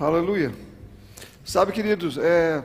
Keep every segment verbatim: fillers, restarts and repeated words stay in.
Aleluia. Sabe, queridos, é...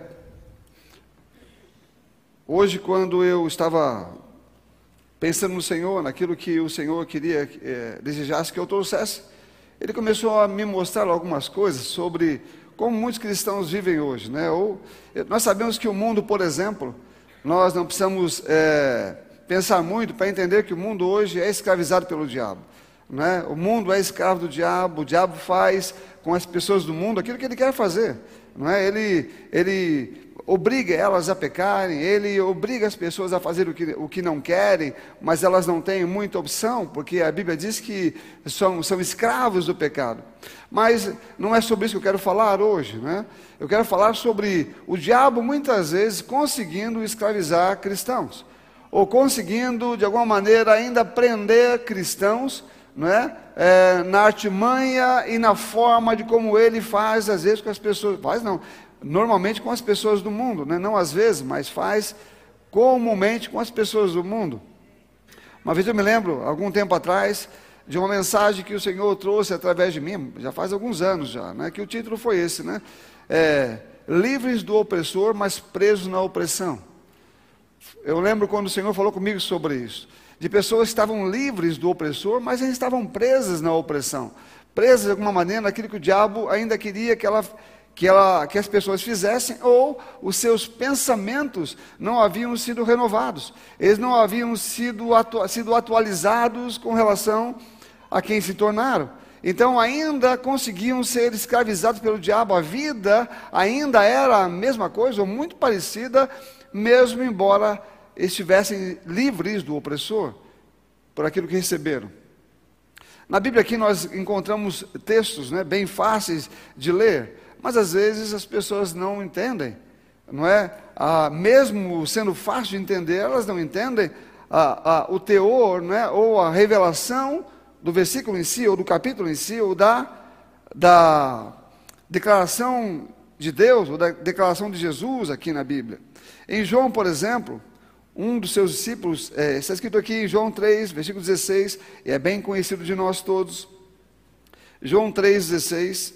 hoje quando eu estava pensando no Senhor, naquilo que o Senhor queria, é, desejasse que eu trouxesse, Ele começou a me mostrar algumas coisas sobre como muitos cristãos vivem hoje, né? Ou, nós sabemos que o mundo, por exemplo, nós não precisamos é, pensar muito para entender que o mundo hoje é escravizado pelo diabo, né? O mundo é escravo do diabo, o diabo faz com as pessoas do mundo aquilo que ele quer fazer, não é? Ele, ele obriga elas a pecarem, ele obriga as pessoas a fazer o que, o que não querem, mas elas não têm muita opção, porque a Bíblia diz que são, são escravos do pecado. Mas não é sobre isso que eu quero falar hoje, né? Eu quero falar sobre o diabo muitas vezes conseguindo escravizar cristãos, ou conseguindo de alguma maneira ainda prender cristãos, não é? É, na artimanha e na forma de como ele faz às vezes com as pessoas, faz não, normalmente com as pessoas do mundo, né? Não às vezes, mas faz comumente com as pessoas do mundo. Uma vez eu me lembro, algum tempo atrás, de uma mensagem que o Senhor trouxe através de mim, já faz alguns anos já, né? Que o título foi esse, né? É, livres do opressor, mas presos na opressão. Eu lembro quando o Senhor falou comigo sobre isso, de pessoas que estavam livres do opressor, mas ainda estavam presas na opressão, presas de alguma maneira naquilo que o diabo ainda queria que ela... Que, ela, que as pessoas fizessem, ou os seus pensamentos não haviam sido renovados, eles não haviam sido, atu, sido atualizados com relação a quem se tornaram. Então ainda conseguiam ser escravizados pelo diabo, a vida ainda era a mesma coisa, ou muito parecida, mesmo embora estivessem livres do opressor, por aquilo que receberam. Na Bíblia aqui nós encontramos textos, né, bem fáceis de ler, mas às vezes as pessoas não entendem, não é? Ah, mesmo sendo fácil de entender, elas não entendem ah, ah, o teor, não é? Ou a revelação do versículo em si, ou do capítulo em si, ou da, da declaração de Deus, ou da declaração de Jesus aqui na Bíblia. Em João, por exemplo, um dos seus discípulos, é, está escrito aqui em João três, versículo dezesseis, e é bem conhecido de nós todos. João três, dezesseis.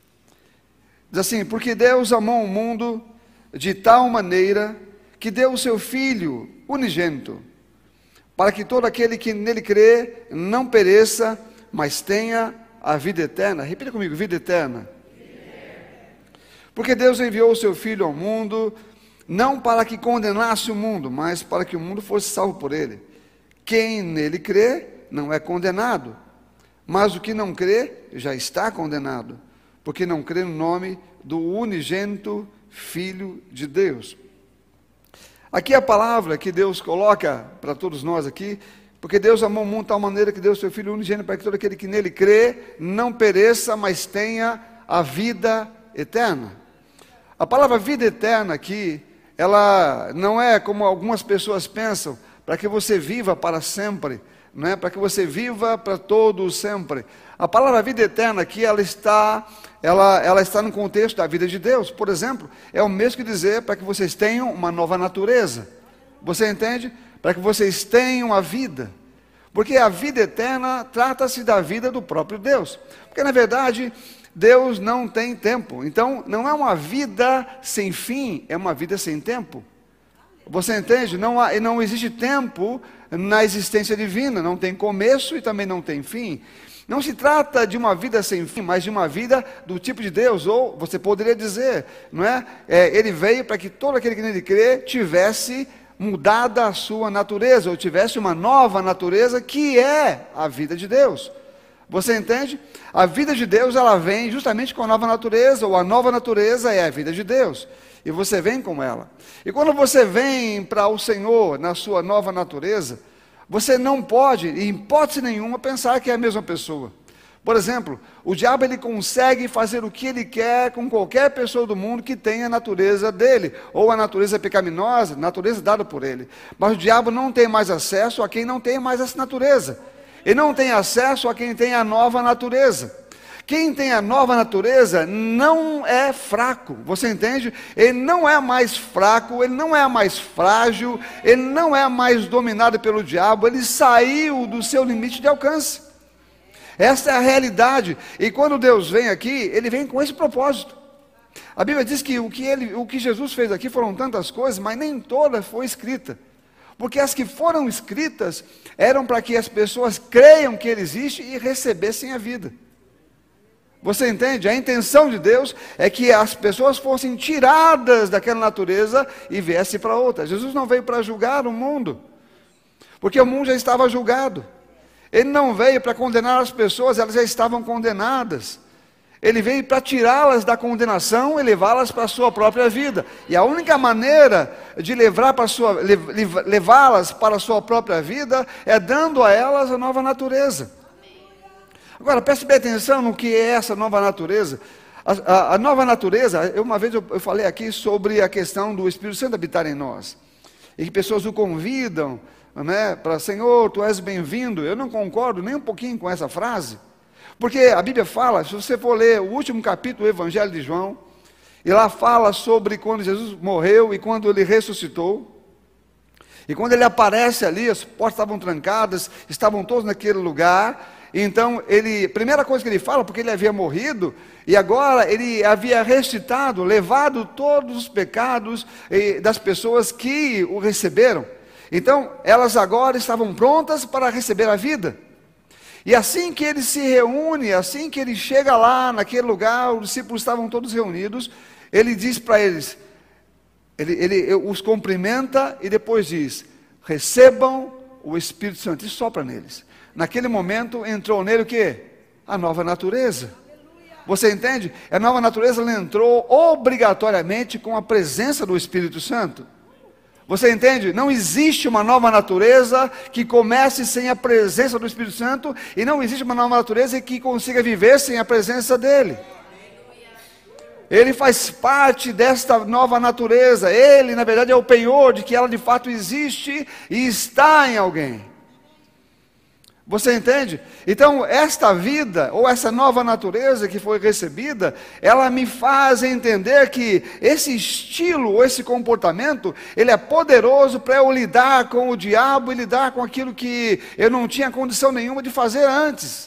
Diz assim: porque Deus amou o mundo de tal maneira que deu o seu Filho unigênito, para que todo aquele que nele crê não pereça, mas tenha a vida eterna. Repita comigo: vida eterna. Porque Deus enviou o seu Filho ao mundo, não para que condenasse o mundo, mas para que o mundo fosse salvo por ele. Quem nele crê não é condenado, mas o que não crê já está condenado, porque não crê no nome do unigênito Filho de Deus. Aqui a palavra que Deus coloca para todos nós aqui, porque Deus amou o mundo de tal maneira que deu o seu Filho unigênito, para que todo aquele que nele crê não pereça, mas tenha a vida eterna. A palavra vida eterna aqui, ela não é como algumas pessoas pensam, para que você viva para sempre, não é? Para que você viva para todo sempre. A palavra vida eterna aqui, ela está, ela, ela está no contexto da vida de Deus. Por exemplo, é o mesmo que dizer para que vocês tenham uma nova natureza. Você entende? Para que vocês tenham a vida. Porque a vida eterna trata-se da vida do próprio Deus. Porque na verdade, Deus não tem tempo. Então, não é uma vida sem fim, é uma vida sem tempo. Você entende? Não, há, não existe tempo na existência divina, não tem começo e também não tem fim. Não se trata de uma vida sem fim, mas de uma vida do tipo de Deus, ou você poderia dizer, não é? é ele veio para que todo aquele que nele crê tivesse mudada a sua natureza, ou tivesse uma nova natureza, que é a vida de Deus. Você entende? A vida de Deus, ela vem justamente com a nova natureza, ou a nova natureza é a vida de Deus. E você vem com ela. E quando você vem para o Senhor na sua nova natureza, você não pode, em hipótese nenhuma, pensar que é a mesma pessoa. Por exemplo, o diabo ele consegue fazer o que ele quer com qualquer pessoa do mundo que tenha a natureza dele, ou a natureza pecaminosa, natureza dada por ele. Mas o diabo não tem mais acesso a quem não tem mais essa natureza. Ele não tem acesso a quem tem a nova natureza. Quem tem a nova natureza não é fraco, você entende? Ele não é mais fraco, ele não é mais frágil, ele não é mais dominado pelo diabo, ele saiu do seu limite de alcance. Essa é a realidade. E quando Deus vem aqui, Ele vem com esse propósito. A Bíblia diz que o que, ele, o que Jesus fez aqui foram tantas coisas, mas nem toda foi escrita. Porque as que foram escritas eram para que as pessoas creiam que Ele existe e recebessem a vida. Você entende? A intenção de Deus é que as pessoas fossem tiradas daquela natureza e viessem para outra. Jesus não veio para julgar o mundo, porque o mundo já estava julgado. Ele não veio para condenar as pessoas, elas já estavam condenadas. Ele veio para tirá-las da condenação e levá-las para a sua própria vida. E a única maneira de levar para a sua, levá-las para a sua própria vida é dando a elas a nova natureza. Agora, preste bem atenção no que é essa nova natureza. A, a, a nova natureza, eu, uma vez eu, eu falei aqui sobre a questão do Espírito Santo habitar em nós. E que pessoas o convidam, né, para, Senhor, Tu és bem-vindo. Eu não concordo nem um pouquinho com essa frase. Porque a Bíblia fala, se você for ler o último capítulo do Evangelho de João, e lá fala sobre quando Jesus morreu e quando Ele ressuscitou. E quando Ele aparece ali, as portas estavam trancadas, estavam todos naquele lugar. Então, ele, primeira coisa que ele fala, porque ele havia morrido, e agora ele havia ressuscitado, levado todos os pecados eh, das pessoas que o receberam. Então, elas agora estavam prontas para receber a vida. E assim que ele se reúne, assim que ele chega lá naquele lugar, os discípulos estavam todos reunidos, ele diz para eles, ele, ele os cumprimenta e depois diz, recebam o Espírito Santo, e sopra neles. Naquele momento entrou nele o quê? A nova natureza. Você entende? A nova natureza ela entrou obrigatoriamente com a presença do Espírito Santo. Você entende? Não existe uma nova natureza que comece sem a presença do Espírito Santo, e não existe uma nova natureza que consiga viver sem a presença dele. Ele faz parte desta nova natureza. Ele, na verdade, é o penhor de que ela de fato existe e está em alguém. Você entende? Então, esta vida, ou essa nova natureza que foi recebida, ela me faz entender que esse estilo, ou esse comportamento, ele é poderoso para eu lidar com o diabo e lidar com aquilo que eu não tinha condição nenhuma de fazer antes.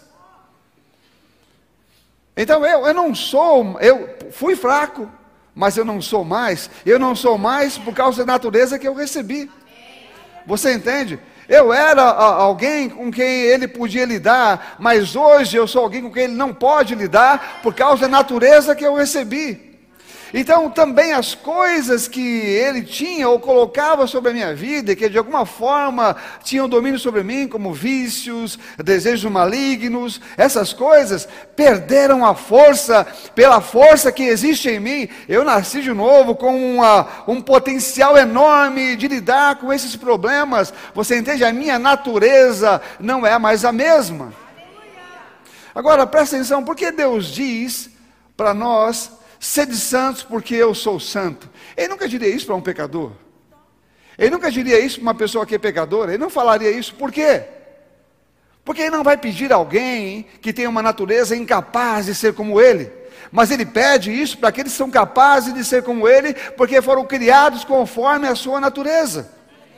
Então, eu, eu não sou, eu fui fraco, mas eu não sou mais. Eu não sou mais por causa da natureza que eu recebi. Você entende? Eu era alguém com quem ele podia lidar, mas hoje eu sou alguém com quem ele não pode lidar, por causa da natureza que eu recebi. Então também as coisas que ele tinha ou colocava sobre a minha vida, que de alguma forma tinham domínio sobre mim, como vícios, desejos malignos, essas coisas perderam a força, pela força que existe em mim. Eu nasci de novo com uma, um potencial enorme de lidar com esses problemas. Você entende? A minha natureza não é mais a mesma. Agora presta atenção, por que Deus diz para nós: sede santos porque eu sou santo? Ele nunca diria isso para um pecador. Ele nunca diria isso para uma pessoa que é pecadora. Ele não falaria isso. Por quê? Porque ele não vai pedir a alguém que tem uma natureza incapaz de ser como ele. Mas ele pede isso para aqueles que são capazes de ser como ele, porque foram criados conforme a sua natureza.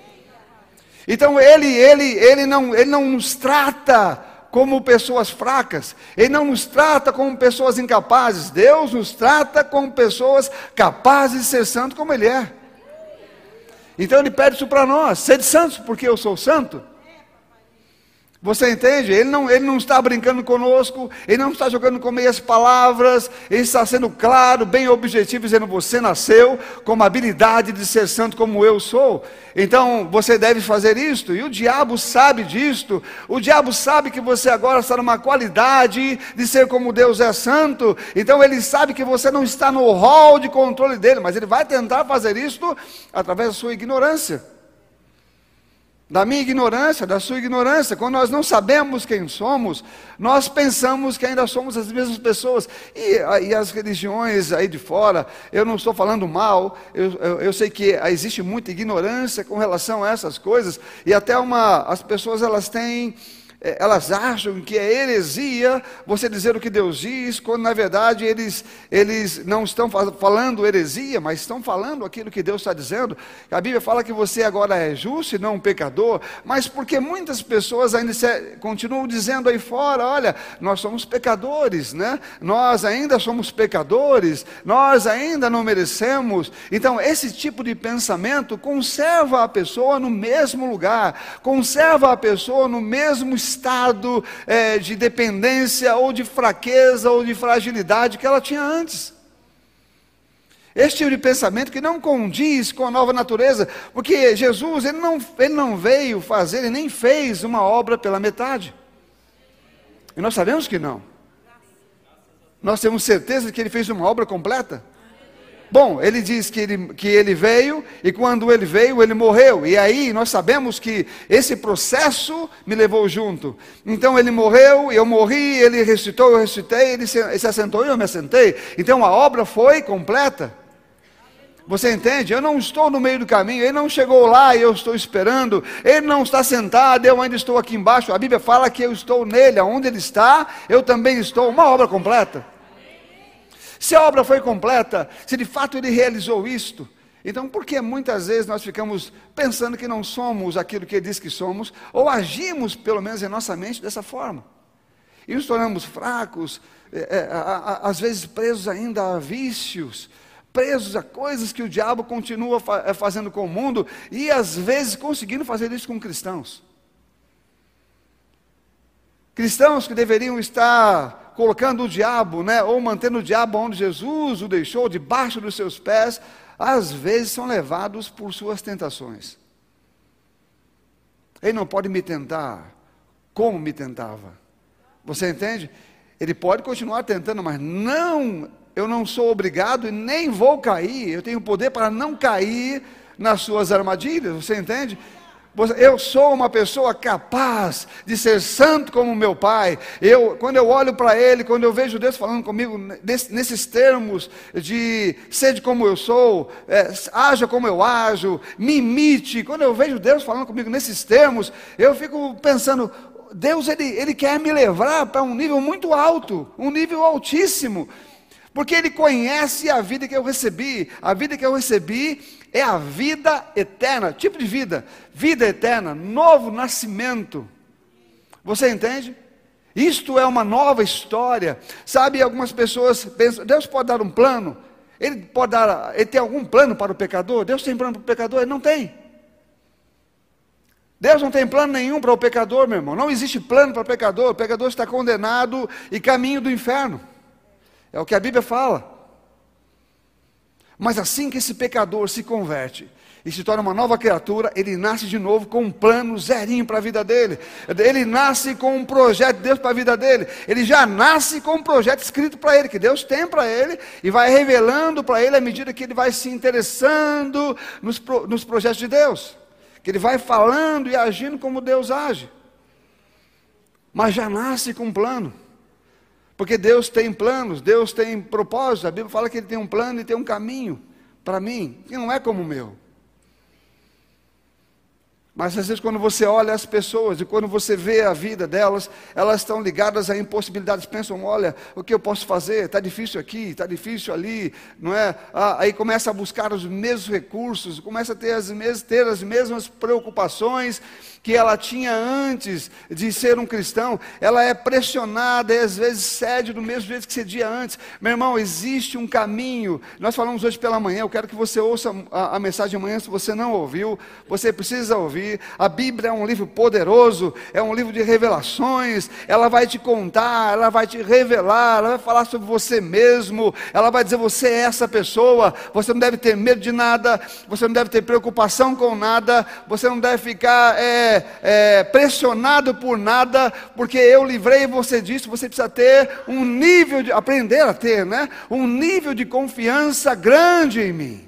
Então ele, ele, ele, não, ele não nos trata como pessoas fracas, Ele não nos trata como pessoas incapazes. Deus nos trata como pessoas capazes de ser santo como Ele é. Então Ele pede isso para nós: sede santos porque eu sou santo. Você entende? Ele não, ele não está brincando conosco, Ele não está jogando com meias palavras, Ele está sendo claro, bem objetivo, dizendo: você nasceu com a habilidade de ser santo como eu sou, então você deve fazer isto. E o diabo sabe disto, o diabo sabe que você agora está numa qualidade de ser como Deus é santo, então ele sabe que você não está no hall de controle dele, mas ele vai tentar fazer isto através da sua ignorância. Da minha ignorância, da sua ignorância. Quando nós não sabemos quem somos, nós pensamos que ainda somos as mesmas pessoas. E, e as religiões aí de fora, eu não estou falando mal, eu, eu, eu sei que existe muita ignorância com relação a essas coisas, e até uma, as pessoas elas têm elas acham que é heresia você dizer o que Deus diz, quando na verdade eles, eles não estão falando heresia, mas estão falando aquilo que Deus está dizendo. A Bíblia fala que você agora é justo e não um pecador, mas porque muitas pessoas ainda se, continuam dizendo aí fora, olha, nós somos pecadores, né? Nós ainda somos pecadores, nós ainda não merecemos. Então esse tipo de pensamento conserva a pessoa no mesmo lugar, conserva a pessoa no mesmo estado é, de dependência, ou de fraqueza, ou de fragilidade que ela tinha antes. Este tipo de pensamento que não condiz com a nova natureza, porque Jesus, ele não, ele não veio fazer, ele nem fez uma obra pela metade. E nós sabemos que não. Nós temos certeza de que ele fez uma obra completa. Bom, ele diz que ele, que ele veio, e quando ele veio, ele morreu. E aí nós sabemos que esse processo me levou junto. Então ele morreu, eu morri, ele ressuscitou, eu ressuscitei, ele se, ele se assentou e eu me assentei. Então a obra foi completa. Você entende? Eu não estou no meio do caminho, ele não chegou lá e eu estou esperando, ele não está sentado, eu ainda estou aqui embaixo. A Bíblia fala que eu estou nele, aonde ele está, eu também estou. Uma obra completa. Se a obra foi completa, se de fato ele realizou isto, então por que muitas vezes nós ficamos pensando que não somos aquilo que ele diz que somos, ou agimos pelo menos em nossa mente dessa forma? E nos tornamos fracos, é, é, a, a, às vezes presos ainda a vícios, presos a coisas que o diabo continua fa fazendo com o mundo, e às vezes conseguindo fazer isso com cristãos. Cristãos que deveriam estar colocando o diabo, né, ou mantendo o diabo onde Jesus o deixou, debaixo dos seus pés, às vezes são levados por suas tentações. Ele não pode me tentar como me tentava. Você entende? Ele pode continuar tentando, mas não, eu não sou obrigado e nem vou cair. Eu tenho poder para não cair nas suas armadilhas. Você entende? Eu sou uma pessoa capaz de ser santo como meu pai. Eu, quando eu olho para ele, quando eu vejo Deus falando comigo nesse, nesses termos de sede como eu sou, é, haja como eu ajo, me imite. Quando eu vejo Deus falando comigo nesses termos, eu fico pensando, Deus ele, ele quer me levar para um nível muito alto, um nível altíssimo. Porque Ele conhece a vida que eu recebi. A vida que eu recebi é a vida eterna. Tipo de vida, vida eterna, novo nascimento. Você entende? Isto é uma nova história. Sabe, algumas pessoas pensam, Deus pode dar um plano? Ele pode dar, Ele tem algum plano para o pecador? Deus tem plano para o pecador? Ele não tem. Deus não tem plano nenhum para o pecador, meu irmão. Não existe plano para o pecador. O pecador está condenado e caminho do inferno. É o que a Bíblia fala. Mas assim que esse pecador se converte e se torna uma nova criatura, ele nasce de novo com um plano zerinho para a vida dele. Ele nasce com um projeto de Deus para a vida dele. Ele já nasce com um projeto escrito para ele, que Deus tem para ele, e vai revelando para ele à medida que ele vai se interessando nos, pro, nos projetos de Deus. Que ele vai falando e agindo como Deus age. Mas já nasce com um plano. Porque Deus tem planos, Deus tem propósitos. A Bíblia fala que Ele tem um plano e tem um caminho para mim, que não é como o meu. Mas às vezes quando você olha as pessoas e quando você vê a vida delas, elas estão ligadas a impossibilidades, pensam, olha, o que eu posso fazer? Está difícil aqui, está difícil ali, não é? Ah, aí começa a buscar os mesmos recursos, começa a ter as, mesmas, ter as mesmas preocupações que ela tinha antes de ser um cristão. Ela é pressionada e às vezes cede do mesmo jeito que cedia antes. Meu irmão, existe um caminho. Nós falamos hoje pela manhã, eu quero que você ouça a, a mensagem amanhã, se você não ouviu, você precisa ouvir. A Bíblia é um livro poderoso, é um livro de revelações. Ela vai te contar, ela vai te revelar, ela vai falar sobre você mesmo, ela vai dizer, você é essa pessoa, você não deve ter medo de nada, você não deve ter preocupação com nada, você não deve ficar é, é, pressionado por nada, porque eu livrei você disso. Você precisa ter um nível de, aprender a ter, né? Um nível de confiança grande em mim.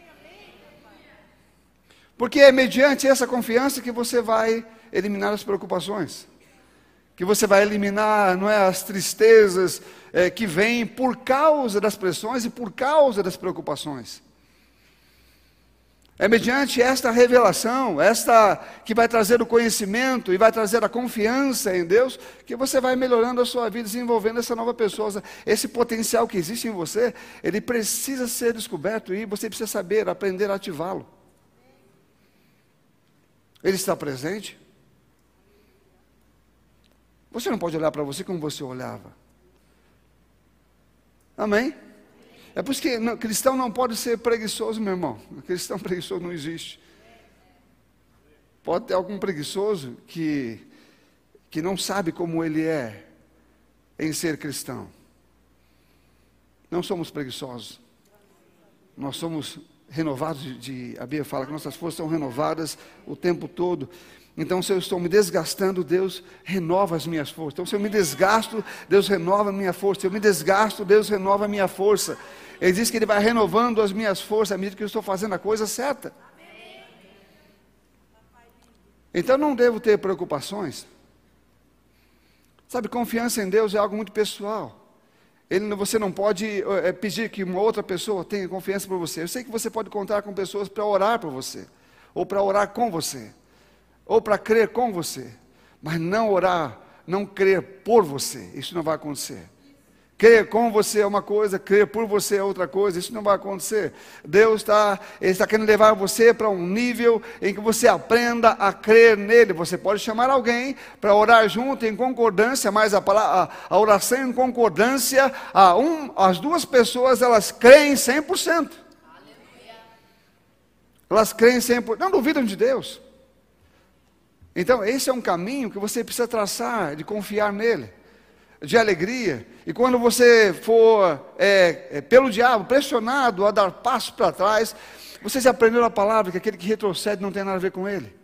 Porque é mediante essa confiança que você vai eliminar as preocupações, que você vai eliminar, não é, as tristezas é, que vêm por causa das pressões e por causa das preocupações. É mediante esta revelação, esta que vai trazer o conhecimento e vai trazer a confiança em Deus, que você vai melhorando a sua vida, desenvolvendo essa nova pessoa. Esse potencial que existe em você, ele precisa ser descoberto e você precisa saber, aprender a ativá-lo. Ele está presente. Você não pode olhar para você como você olhava. Amém? É por isso que não, cristão não pode ser preguiçoso, meu irmão. Cristão preguiçoso não existe. Pode ter algum preguiçoso que, que não sabe como ele é em ser cristão. Não somos preguiçosos. Nós somos renovados, de, de, a Bíblia fala que nossas forças são renovadas o tempo todo. Então, se eu estou me desgastando, Deus renova as minhas forças. Então, se eu me desgasto, Deus renova a minha força. Se eu me desgasto, Deus renova a minha força. Ele diz que Ele vai renovando as minhas forças à medida que eu estou fazendo a coisa certa. Então, não devo ter preocupações. Sabe, confiança em Deus é algo muito pessoal. Ele, você não pode é, pedir que uma outra pessoa tenha confiança por você. Eu sei que você pode contar com pessoas para orar por você, ou para orar com você, ou para crer com você, mas não orar, não crer por você. Isso não vai acontecer. Crer com você é uma coisa, crer por você é outra coisa. Isso não vai acontecer. Deus está, Ele está querendo levar você para um nível em que você aprenda a crer nele. Você pode chamar alguém para orar junto em concordância, mas a, a, a oração em concordância, a um, as duas pessoas, elas creem cem por cento. Elas creem cem por cento, não duvidam de Deus. Então, esse é um caminho que você precisa traçar, de confiar nele, de alegria. E quando você for, é, é, pelo diabo, pressionado a dar passos para trás, você já aprendeu a palavra que aquele que retrocede não tem nada a ver com ele.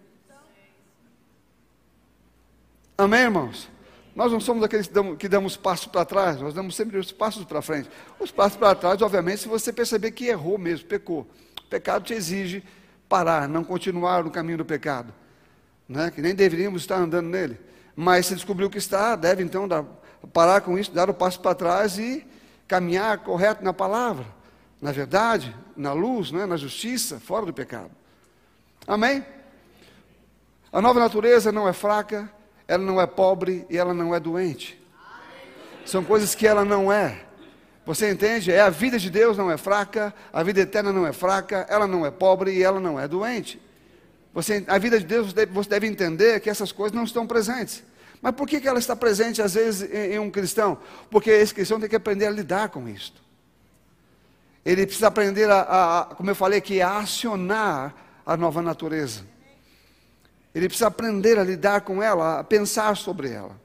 Amém, irmãos? Nós não somos aqueles que damos, que damos passos para trás, nós damos sempre os passos para frente. Os passos para trás, obviamente, se você perceber que errou mesmo, pecou. O pecado te exige parar, não continuar no caminho do pecado, né? Que nem deveríamos estar andando nele. Mas se descobriu que está, deve então dar, parar com isso, dar o passo para trás e caminhar correto na palavra, na verdade, na luz, né? Na justiça, fora do pecado. Amém? A nova natureza não é fraca, ela não é pobre e ela não é doente. São coisas que ela não é. Você entende? É a vida de Deus não é fraca, a vida eterna não é fraca, ela não é pobre e ela não é doente. Você, a vida de Deus, você deve entender que essas coisas não estão presentes. Mas por que, que ela está presente às vezes em, em um cristão? Porque esse cristão tem que aprender a lidar com isto. Ele precisa aprender a, a como eu falei aqui, a acionar a nova natureza. Ele precisa aprender a lidar com ela, a pensar sobre ela.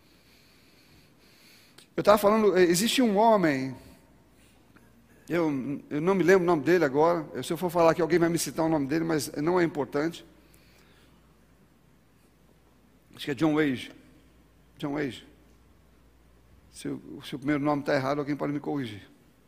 Eu estava falando, existe um homem, eu, eu não me lembro o nome dele agora, se eu for falar aqui alguém vai me citar o nome dele, mas não é importante. Acho que é John Wage. John Wage. Se, se o primeiro nome está errado, alguém pode me corrigir.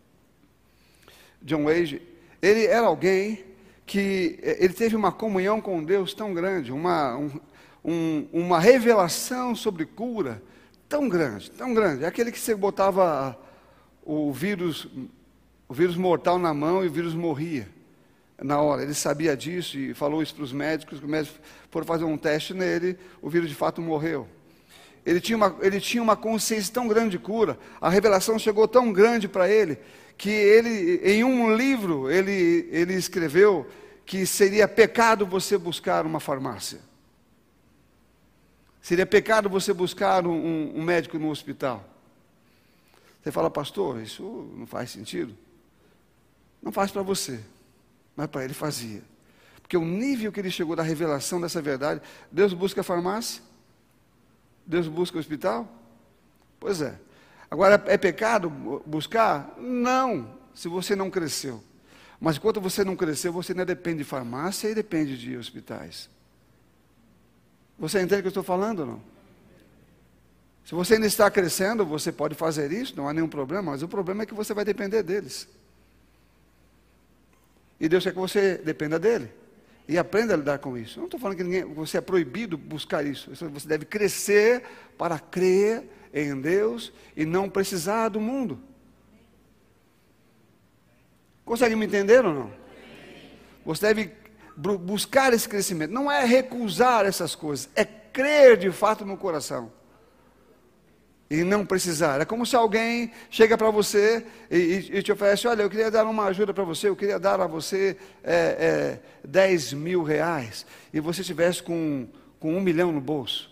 John Wage, ele era alguém que, ele teve uma comunhão com Deus tão grande, uma, um, um, uma revelação sobre cura tão grande, tão grande. É aquele que você botava o vírus, o vírus mortal na mão e o vírus morria na hora. Ele sabia disso e falou isso para os médicos. Os médicos foram fazer um teste nele, o vírus de fato morreu. Ele tinha uma, ele tinha uma consciência tão grande de cura, a revelação chegou tão grande para ele, que ele, em um livro, ele, ele escreveu que seria pecado você buscar uma farmácia. Seria pecado você buscar um, um médico no hospital. Você fala, pastor, isso não faz sentido? Não faz para você, mas para ele fazia. Porque o nível que ele chegou da revelação dessa verdade, Deus busca a farmácia? Deus busca o hospital? Pois é. Agora, é pecado buscar? Não, se você não cresceu. Mas enquanto você não cresceu, você ainda depende de farmácia e depende de hospitais. Você entende o que eu estou falando ou não? Se você ainda está crescendo, você pode fazer isso, não há nenhum problema, mas o problema é que você vai depender deles. E Deus quer que você dependa dele. E aprenda a lidar com isso. Eu não estou falando que ninguém, você é proibido buscar isso. Você deve crescer para crer em Deus e não precisar do mundo. Consegue me entender ou não? Você deve buscar esse crescimento, não é recusar essas coisas, é crer de fato no coração. E não precisar. É como se alguém chega para você e, e, e te oferece, olha, eu queria dar uma ajuda para você, eu queria dar a você é, é, dez mil reais, e você estivesse com, com um milhão no bolso.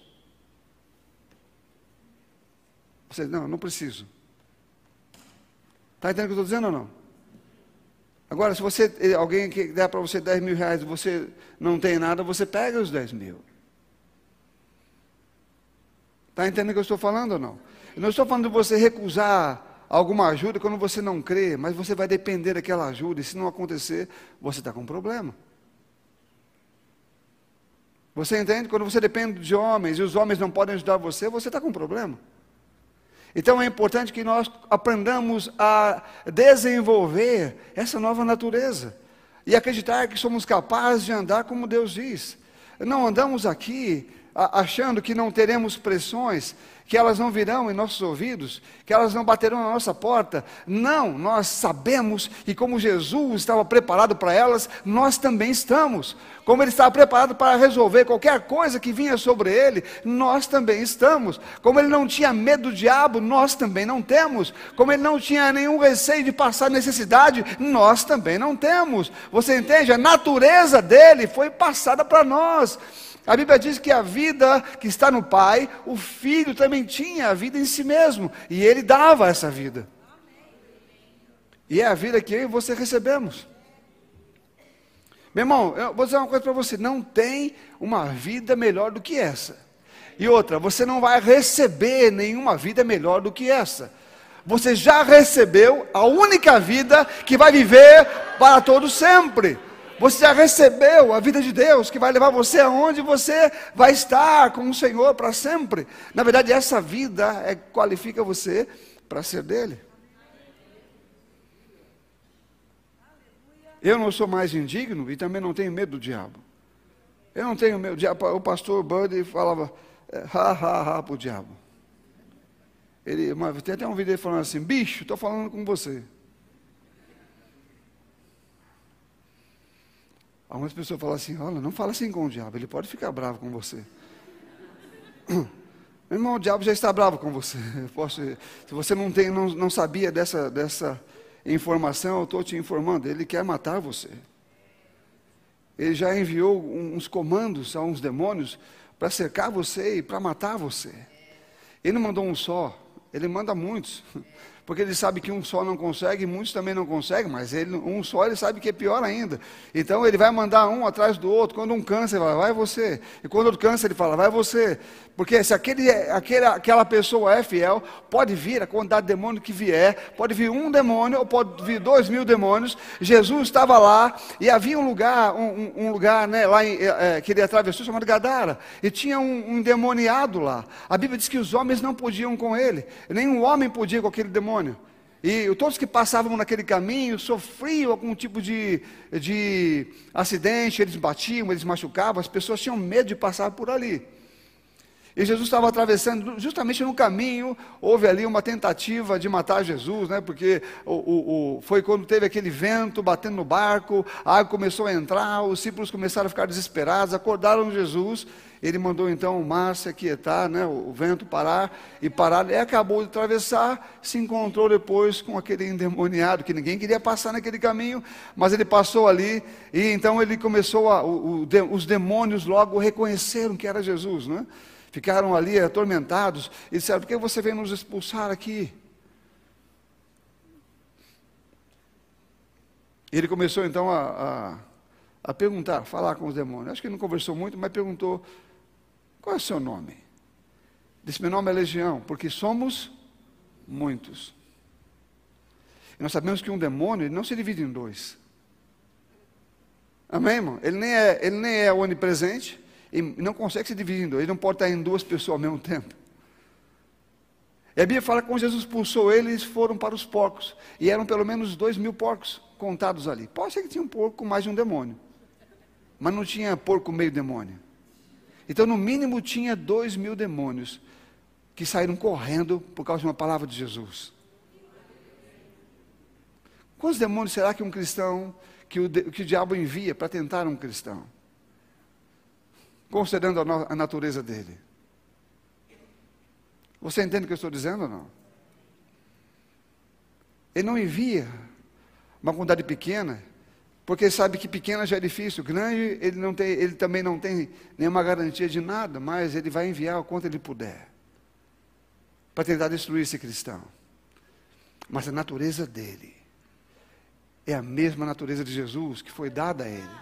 Você, não, não preciso. Está entendendo o que eu estou dizendo ou não? Agora, se você, alguém que der para você dez mil reais e você não tem nada, você pega os dez mil. Está entendendo o que eu estou falando ou não? Eu não estou falando de você recusar alguma ajuda quando você não crê, mas você vai depender daquela ajuda, e se não acontecer, você está com um problema. Você entende? Quando você depende de homens, e os homens não podem ajudar você, você está com um problema. Então é importante que nós aprendamos a desenvolver essa nova natureza e acreditar que somos capazes de andar como Deus diz. Não andamos aqui achando que não teremos pressões, que elas não virão em nossos ouvidos, que elas não baterão na nossa porta. Não, nós sabemos que como Jesus estava preparado para elas, nós também estamos. Como Ele estava preparado para resolver qualquer coisa que vinha sobre Ele, nós também estamos. Como Ele não tinha medo do diabo, nós também não temos. Como Ele não tinha nenhum receio de passar necessidade, nós também não temos. Você entende? A natureza dele foi passada para nós. A Bíblia diz que a vida que está no Pai, o Filho também tinha a vida em si mesmo, e Ele dava essa vida. E é a vida que eu e você recebemos. Meu irmão, eu vou dizer uma coisa para você, não tem uma vida melhor do que essa. E outra, você não vai receber nenhuma vida melhor do que essa. Você já recebeu a única vida que vai viver para todo sempre. Você já recebeu a vida de Deus, que vai levar você aonde você vai estar com o Senhor para sempre. Na verdade, essa vida é, qualifica você para ser dele. Eu não sou mais indigno e também não tenho medo do diabo. Eu não tenho medo do diabo. O pastor Buddy falava, ha, ha, ha, para o diabo. Ele, uma, tem até um vídeo dele falando assim, bicho, estou falando com você. Algumas pessoas falam assim, olha, não fala assim com o diabo, ele pode ficar bravo com você. Meu irmão, o diabo já está bravo com você. Eu posso, se você não, tem, não, não sabia dessa, dessa informação, eu estou te informando, ele quer matar você. Ele já enviou uns comandos a uns demônios para cercar você e para matar você. Ele não mandou um só, ele manda muitos. Porque ele sabe que um só não consegue, muitos também não conseguem, mas ele, um só ele sabe que é pior ainda. Então ele vai mandar um atrás do outro. Quando um cansa, ele fala, vai você. E quando outro cansa, ele fala, vai você. Porque se aquele, aquele, aquela pessoa é fiel, pode vir a quantidade de demônio que vier, pode vir um demônio, ou pode vir dois mil demônios. Jesus estava lá, e havia um lugar, um, um lugar né, lá em, é, que ele atravessou, chamado Gadara, e tinha um, um endemoniado lá. A Bíblia diz que os homens não podiam com ele, nenhum homem podia com aquele demônio. E todos que passavam naquele caminho sofriam algum tipo de, de acidente, eles batiam, eles machucavam, as pessoas tinham medo de passar por ali. E Jesus estava atravessando, justamente no caminho, houve ali uma tentativa de matar Jesus, né? Porque o, o, o, foi quando teve aquele vento batendo no barco, a água começou a entrar, os discípulos começaram a ficar desesperados, acordaram Jesus, ele mandou então o mar se aquietar, né? o, o vento parar, e parar, e acabou de atravessar, se encontrou depois com aquele endemoniado, que ninguém queria passar naquele caminho, mas ele passou ali, e então ele começou, a, o, o, os demônios logo reconheceram que era Jesus, né? Ficaram ali atormentados e disseram, por que você veio nos expulsar aqui? Ele começou então a, a, a perguntar, falar com os demônios. Acho que ele não conversou muito, mas perguntou, qual é o seu nome? Disse, meu nome é Legião, porque somos muitos. E nós sabemos que um demônio ele não se divide em dois. Amém, irmão? Ele nem é, ele nem é onipresente. E não consegue se dividir em dois, ele não pode estar em duas pessoas ao mesmo tempo. E a Bíblia fala que quando Jesus expulsou ele, eles foram para os porcos, e eram pelo menos dois mil porcos contados ali. Pode ser que tinha um porco com mais de um demônio, mas não tinha porco meio demônio. Então no mínimo tinha dois mil demônios, que saíram correndo por causa de uma palavra de Jesus. Quantos demônios será que um cristão que o, que o diabo envia para tentar um cristão, considerando a, no, a natureza dele. Você entende o que eu estou dizendo ou não? Ele não envia uma quantidade pequena, porque ele sabe que pequena já é difícil, grande ele, não tem, ele também não tem nenhuma garantia de nada, mas ele vai enviar o quanto ele puder, para tentar destruir esse cristão. Mas a natureza dele é a mesma natureza de Jesus, que foi dada a ele.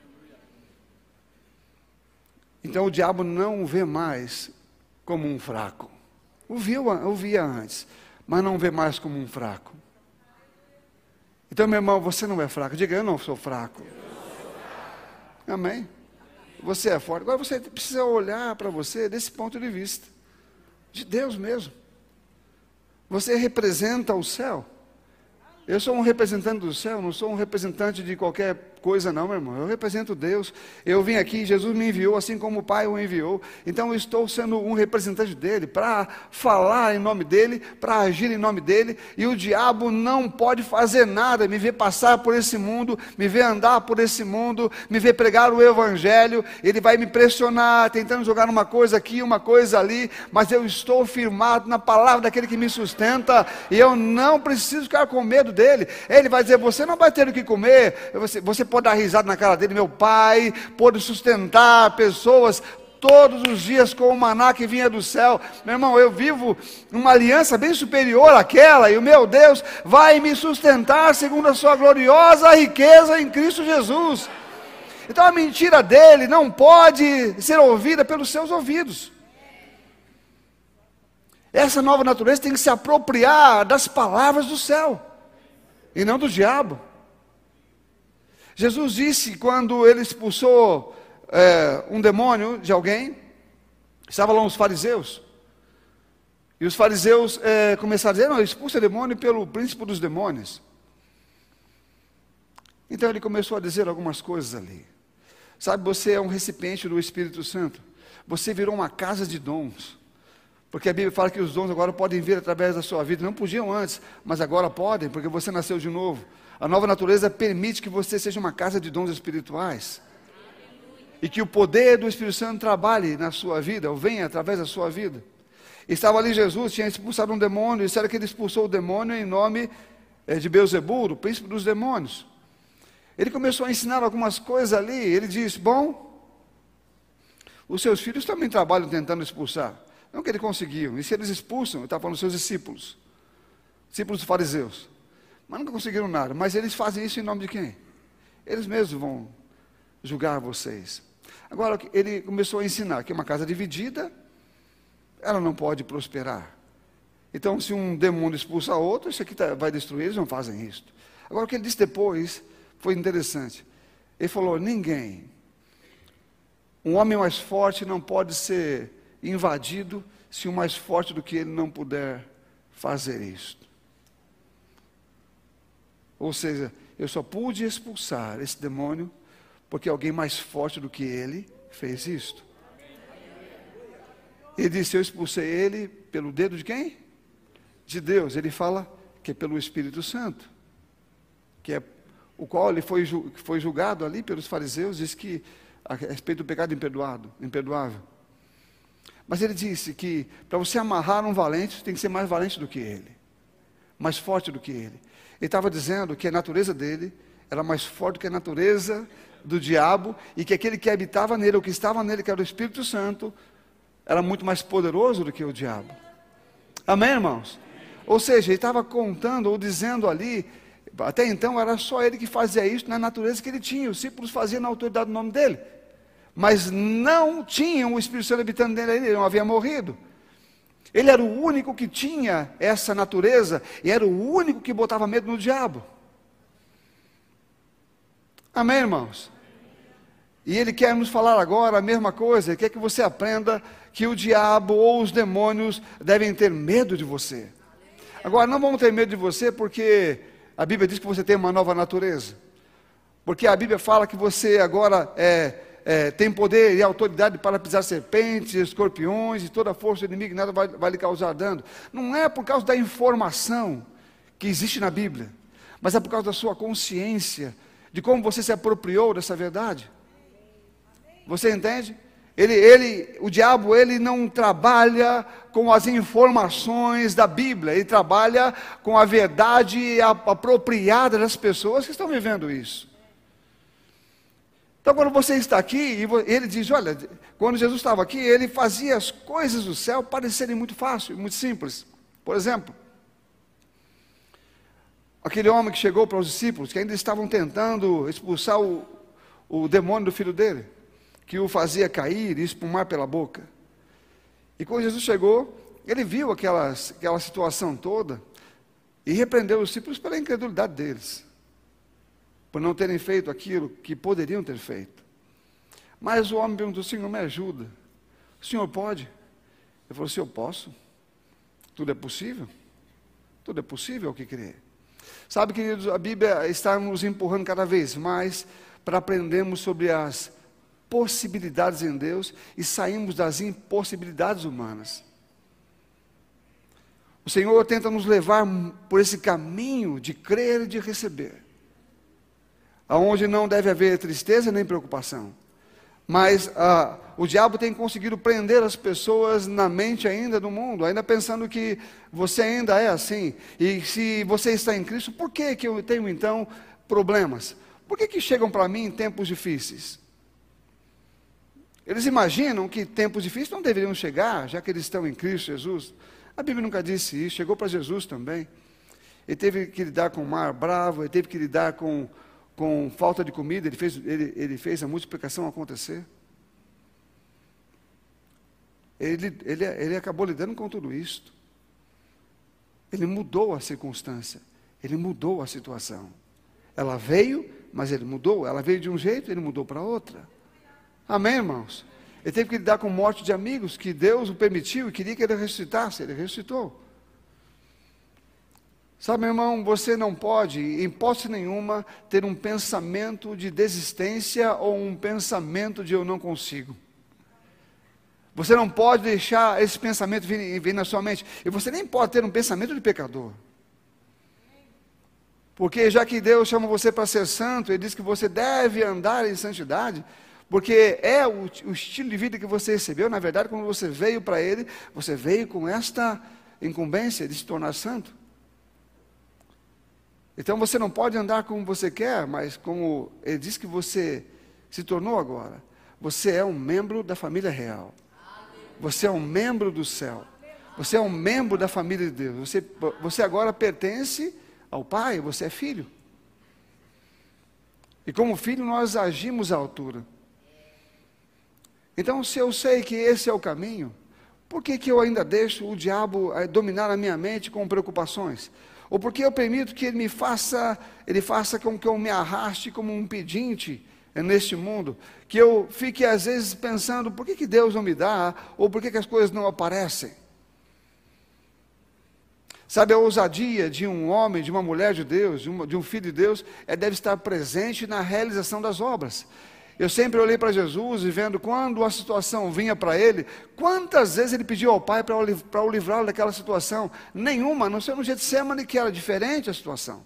Então o diabo não o vê mais como um fraco. O, viu, o via antes, mas não vê mais como um fraco. Então, meu irmão, você não é fraco. Diga, eu não sou fraco. Amém? Você é forte. Agora você precisa olhar para você desse ponto de vista, de Deus mesmo. Você representa o céu. Eu sou um representante do céu, não sou um representante de qualquer coisa não, meu irmão. Eu represento Deus. Eu vim aqui, Jesus me enviou, assim como o Pai o enviou. Então eu estou sendo um representante dele, para falar em nome dele, para agir em nome dele. E o diabo não pode fazer nada, me ver passar por esse mundo, me ver andar por esse mundo, me ver pregar o evangelho. Ele vai me pressionar, tentando jogar uma coisa aqui, uma coisa ali. Mas eu estou firmado na palavra daquele que me sustenta. E eu não preciso ficar com medo dele. Ele vai dizer, você não vai ter o que comer. Você, você pode dar risada na cara dele. Meu pai pôde sustentar pessoas todos os dias com o maná que vinha do céu. Meu irmão, eu vivo uma aliança bem superior àquela, e o meu Deus vai me sustentar segundo a sua gloriosa riqueza em Cristo Jesus. Então a mentira dele não pode ser ouvida pelos seus ouvidos. Essa nova natureza tem que se apropriar das palavras do céu e não do diabo. Jesus disse, quando ele expulsou é, um demônio de alguém, estavam lá os fariseus, e os fariseus é, começaram a dizer, não, expulsa o demônio pelo príncipe dos demônios. Então ele começou a dizer algumas coisas ali. Sabe, você é um recipiente do Espírito Santo, você virou uma casa de dons, porque a Bíblia fala que os dons agora podem vir através da sua vida, não podiam antes, mas agora podem, porque você nasceu de novo. A nova natureza permite que você seja uma casa de dons espirituais. E que o poder do Espírito Santo trabalhe na sua vida, ou venha através da sua vida. Estava ali Jesus, tinha expulsado um demônio, e disseram que ele expulsou o demônio em nome é, de Beelzebul, o príncipe dos demônios. Ele começou a ensinar algumas coisas ali, ele disse, bom, os seus filhos também trabalham tentando expulsar. Não que eles conseguiam, e se eles expulsam, ele estava falando dos seus discípulos, discípulos dos fariseus. Mas nunca conseguiram nada. Mas eles fazem isso em nome de quem? Eles mesmos vão julgar vocês. Agora, ele começou a ensinar que uma casa dividida, ela não pode prosperar. Então, se um demônio expulsa outro, isso aqui tá, vai destruir, eles não fazem isso. Agora, o que ele disse depois foi interessante. Ele falou, ninguém, um homem mais forte não pode ser invadido se o mais forte do que ele não puder fazer isso. Ou seja, eu só pude expulsar esse demônio porque alguém mais forte do que ele fez isto. Ele disse, eu expulsei ele pelo dedo de quem? De Deus. Ele fala que é pelo Espírito Santo, que é o qual ele foi, foi julgado ali pelos fariseus, diz que a respeito do pecado imperdoado, imperdoável. Mas ele disse que para você amarrar um valente, você tem que ser mais valente do que ele, mais forte do que ele. Ele estava dizendo que a natureza dele era mais forte do que a natureza do diabo, e que aquele que habitava nele, o que estava nele, que era o Espírito Santo, era muito mais poderoso do que o diabo. Amém, irmãos? Ou seja, ele estava contando ou dizendo ali, até então era só ele que fazia isso na natureza que ele tinha, os discípulos faziam na autoridade do nome dele, mas não tinham o Espírito Santo habitando nele, ele não havia morrido. Ele era o único que tinha essa natureza, e era o único que botava medo no diabo. Amém, irmãos? E ele quer nos falar agora a mesma coisa, ele quer que você aprenda que o diabo ou os demônios devem ter medo de você. Agora, não vão ter medo de você porque a Bíblia diz que você tem uma nova natureza. Porque a Bíblia fala que você agora é... É, tem poder e autoridade para pisar serpentes, escorpiões e toda a força do inimigo, nada vai, vai lhe causar dano. Não é por causa da informação que existe na Bíblia, mas é por causa da sua consciência de como você se apropriou dessa verdade. Você entende? Ele, ele, o diabo, ele não trabalha com as informações da Bíblia, ele trabalha com a verdade apropriada das pessoas que estão vivendo isso. Então, quando você está aqui, ele diz, olha, quando Jesus estava aqui, ele fazia as coisas do céu parecerem muito fáceis, muito simples. Por exemplo, aquele homem que chegou para os discípulos, que ainda estavam tentando expulsar o, o demônio do filho dele, que o fazia cair e espumar pela boca. E quando Jesus chegou, ele viu aquelas, aquela situação toda e repreendeu os discípulos pela incredulidade deles, por não terem feito aquilo que poderiam ter feito. Mas o homem perguntou, Senhor, me ajuda. O Senhor pode? Ele falou, se eu posso, tudo é possível. Tudo é possível ao que crer. Sabe, queridos, a Bíblia está nos empurrando cada vez mais para aprendermos sobre as possibilidades em Deus e saímos das impossibilidades humanas. O Senhor tenta nos levar por esse caminho de crer e de receber, aonde não deve haver tristeza nem preocupação. Mas ah, o diabo tem conseguido prender as pessoas na mente ainda do mundo, ainda pensando que você ainda é assim. E se você está em Cristo, por que que eu tenho então problemas? Por que que chegam para mim em tempos difíceis? Eles imaginam que tempos difíceis não deveriam chegar, já que eles estão em Cristo Jesus. A Bíblia nunca disse isso, chegou para Jesus também. Ele teve que lidar com o mar bravo, ele teve que lidar com, com falta de comida, ele fez, ele, ele fez a multiplicação acontecer. Ele, ele, ele acabou lidando com tudo isto. Ele mudou a circunstância, ele mudou a situação. Ela veio, mas ele mudou. Ela veio de um jeito, ele mudou para outra. Amém, irmãos? Ele teve que lidar com morte de amigos, que Deus o permitiu e queria que ele ressuscitasse, ele ressuscitou. Sabe, meu irmão, você não pode, em hipótese nenhuma, ter um pensamento de desistência ou um pensamento de eu não consigo. Você não pode deixar esse pensamento vir, vir na sua mente. E você nem pode ter um pensamento de pecador. Porque já que Deus chama você para ser santo, Ele diz que você deve andar em santidade, porque é o, o estilo de vida que você recebeu. Na verdade, quando você veio para Ele, você veio com esta incumbência de se tornar santo. Então você não pode andar como você quer, mas como Ele diz que você se tornou agora. Você é um membro da família real. Você é um membro do céu. Você é um membro da família de Deus. Você, você agora pertence ao Pai, você é filho. E como filho nós agimos à altura. Então, se eu sei que esse é o caminho, por que que eu ainda deixo o diabo dominar a minha mente com preocupações? Ou por que eu permito que ele me faça, ele faça com que eu me arraste como um pedinte neste mundo? Que eu fique às vezes pensando, por que que Deus não me dá? Ou por que que as coisas não aparecem? Sabe, a ousadia de um homem, de uma mulher de Deus, de, uma, de um filho de Deus, é, deve estar presente na realização das obras. Eu sempre olhei para Jesus e vendo quando a situação vinha para ele, quantas vezes ele pediu ao Pai para o livrá-lo daquela situação? Nenhuma, a não ser no Getsemane, que era diferente a situação.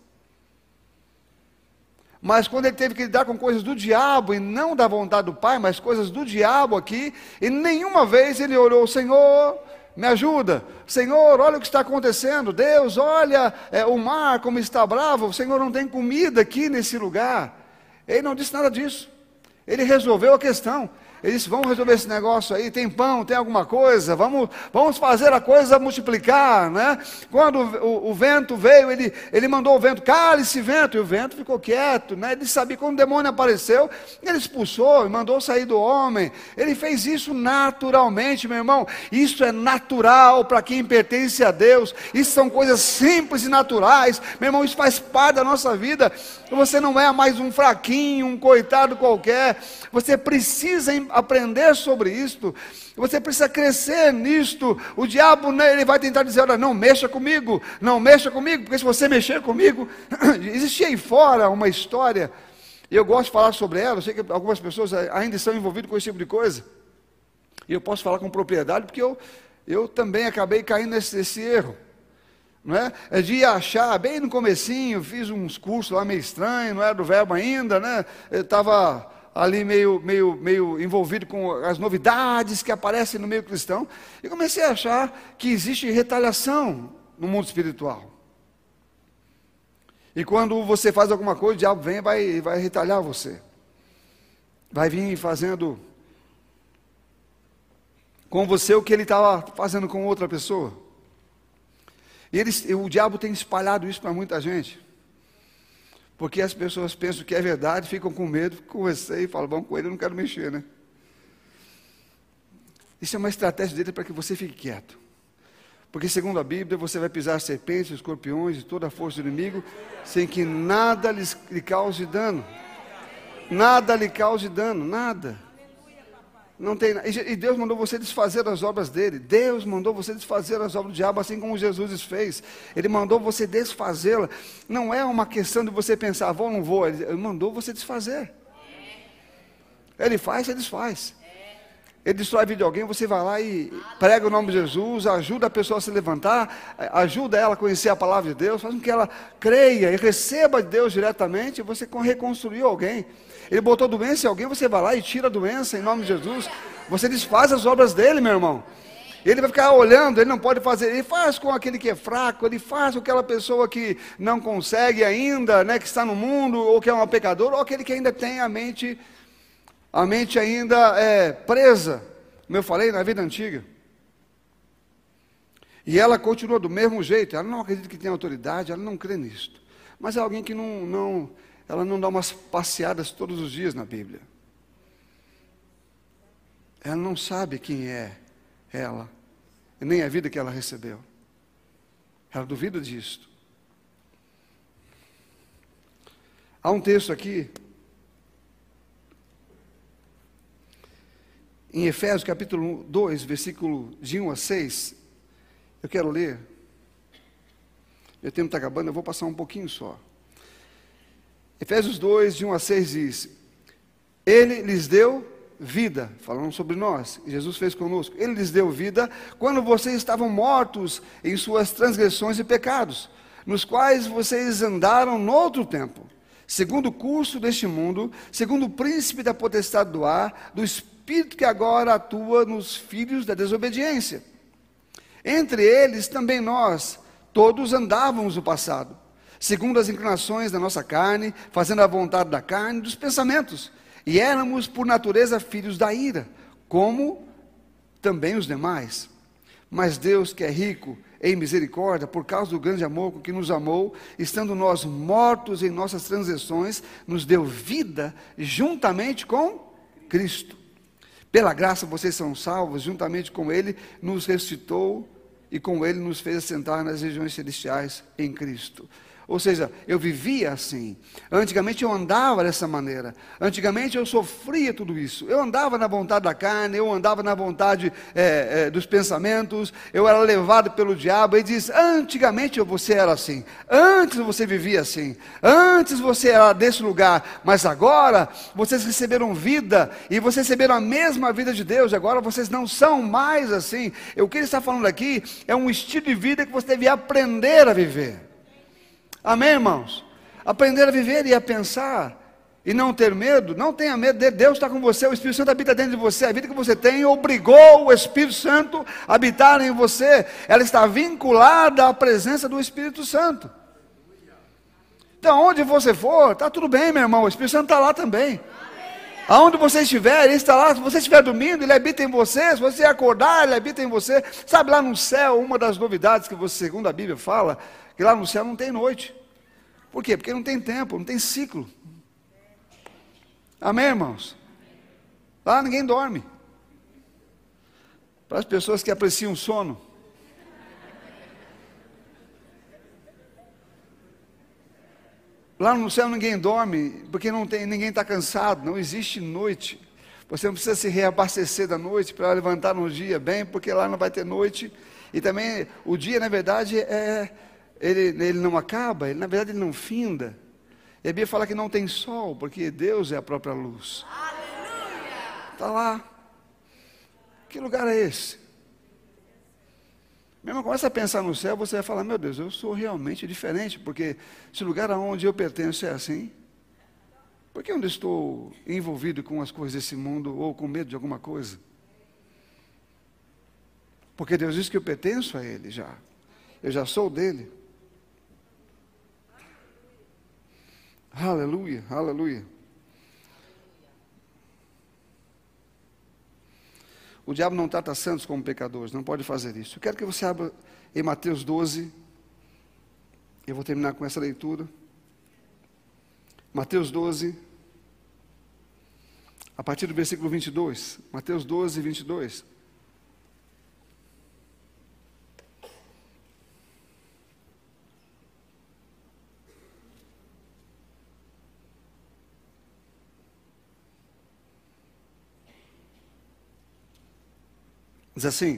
Mas quando ele teve que lidar com coisas do diabo, e não da vontade do Pai, mas coisas do diabo aqui, e nenhuma vez ele orou, Senhor, me ajuda, Senhor, olha o que está acontecendo, Deus, olha é, o mar como está bravo, o Senhor não tem comida aqui nesse lugar. Ele não disse nada disso. Ele resolveu a questão. Ele disse, vamos resolver esse negócio aí, tem pão, tem alguma coisa, vamos, vamos fazer a coisa multiplicar, né? Quando o, o vento veio, ele, ele mandou o vento, cale-se vento, e o vento ficou quieto, né? Ele sabia, quando o demônio apareceu, ele expulsou, mandou sair do homem. Ele fez isso naturalmente, meu irmão. Isso é natural para quem pertence a Deus. Isso são coisas simples e naturais, meu irmão, isso faz parte da nossa vida. Você não é mais um fraquinho, um coitado qualquer. Você precisa aprender sobre isto. Você precisa crescer nisto. O diabo, né, ele vai tentar dizer, olha, não mexa comigo, não mexa comigo, porque se você mexer comigo, existe aí fora uma história, e eu gosto de falar sobre ela. Eu sei que algumas pessoas ainda estão envolvidas com esse tipo de coisa, e eu posso falar com propriedade, porque eu, eu também acabei caindo nesse, nesse erro. não é? É de achar, bem no comecinho, fiz uns cursos lá meio estranhos, não era do verbo ainda, né? Eu estava ali meio, meio, meio envolvido com as novidades que aparecem no meio cristão, e comecei a achar que existe retaliação no mundo espiritual. E quando você faz alguma coisa, o diabo vem e vai, vai retalhar você. Vai vir fazendo com você o que ele estava fazendo com outra pessoa. E eles, o diabo tem espalhado isso para muita gente. Porque as pessoas pensam que é verdade, ficam com medo, ficam com receio e falam, vamos com ele, eu não quero mexer, né? Isso é uma estratégia dele para que você fique quieto. Porque segundo a Bíblia, você vai pisar serpentes, escorpiões e toda a força do inimigo, sem que nada lhes, lhe cause dano. Nada lhe cause dano, nada. Não tem, e Deus mandou você desfazer as obras dele. Deus mandou você desfazer as obras do diabo, assim como Jesus fez. Ele mandou você desfazê-la. Não é uma questão de você pensar, vou ou não vou. Ele mandou você desfazer. Ele faz, você desfaz. Ele destrói a vida de alguém, você vai lá e prega o nome de Jesus, ajuda a pessoa a se levantar, ajuda ela a conhecer a palavra de Deus, faz com que ela creia e receba de Deus diretamente, e você reconstruiu alguém. Ele botou doença em alguém, você vai lá e tira a doença em nome de Jesus. Você desfaz as obras dele, meu irmão. Ele vai ficar olhando, ele não pode fazer, ele faz com aquele que é fraco, ele faz com aquela pessoa que não consegue ainda, né, que está no mundo, ou que é uma pecadora, ou aquele que ainda tem a mente... A mente ainda é presa, como eu falei, na vida antiga. E ela continua do mesmo jeito, ela não acredita que tem autoridade, ela não crê nisto. Mas é alguém que não, não, ela não dá umas passeadas todos os dias na Bíblia. Ela não sabe quem é ela, nem a vida que ela recebeu. Ela duvida disto. Há um texto aqui, em Efésios capítulo dois, versículo de um a seis, eu quero ler. Meu tempo está acabando, eu vou passar um pouquinho só. Efésios dois, de um a seis diz: Ele lhes deu vida, falando sobre nós, Jesus fez conosco. Ele lhes deu vida quando vocês estavam mortos em suas transgressões e pecados, nos quais vocês andaram no outro tempo, segundo o curso deste mundo, segundo o príncipe da potestade do ar, do Espírito, Espírito que agora atua nos filhos da desobediência. Entre eles também nós, todos andávamos no passado, segundo as inclinações da nossa carne, fazendo a vontade da carne e dos pensamentos, e éramos por natureza filhos da ira, como também os demais. Mas Deus, que é rico em misericórdia, por causa do grande amor com que nos amou, estando nós mortos em nossas transgressões, nos deu vida juntamente com Cristo. Pela graça vocês são salvos, juntamente com Ele nos ressuscitou e com Ele nos fez assentar nas regiões celestiais em Cristo. Ou seja, eu vivia assim. Antigamente eu andava dessa maneira. Antigamente eu sofria tudo isso. Eu andava na vontade da carne, eu andava na vontade é, é, dos pensamentos, eu era levado pelo diabo. Ele diz, antigamente você era assim, antes você vivia assim, antes você era desse lugar, mas agora vocês receberam vida, e vocês receberam a mesma vida de Deus, agora vocês não são mais assim. O que ele está falando aqui é um estilo de vida que você deve aprender a viver. Amém, irmãos? Aprender a viver e a pensar, e não ter medo. Não tenha medo de Deus, está com você, o Espírito Santo habita dentro de você. A vida que você tem obrigou o Espírito Santo a habitar em você. Ela está vinculada à presença do Espírito Santo. Então, onde você for, está tudo bem, meu irmão, o Espírito Santo está lá também. Aonde você estiver, Ele está lá. Se você estiver dormindo, Ele habita em você. Se você acordar, Ele habita em você. Sabe, lá no céu, uma das novidades que você, segundo a Bíblia, fala, que lá no céu não tem noite. Por quê? Porque não tem tempo, não tem ciclo. Amém, irmãos? Lá ninguém dorme. Para as pessoas que apreciam o sono. Lá no céu ninguém dorme, porque não tem, ninguém está cansado, não existe noite. Você não precisa se reabastecer da noite para levantar no dia bem, porque lá não vai ter noite. E também o dia, na verdade, é, ele, ele não acaba, ele, na verdade ele não finda. E a Bíblia fala que não tem sol, porque Deus é a própria luz. Está lá. Que lugar é esse? Meu irmão, começa a pensar no céu, você vai falar, meu Deus, eu sou realmente diferente, porque se o lugar aonde eu pertenço é assim, por que eu não estou envolvido com as coisas desse mundo ou com medo de alguma coisa? Porque Deus diz que eu pertenço a Ele já. Eu já sou dele. Aleluia, aleluia. O diabo não trata santos como pecadores, não pode fazer isso. Eu quero que você abra em Mateus doze. Eu vou terminar com essa leitura. Mateus doze, a partir do versículo vinte e dois. Mateus doze, vinte e dois. Diz assim: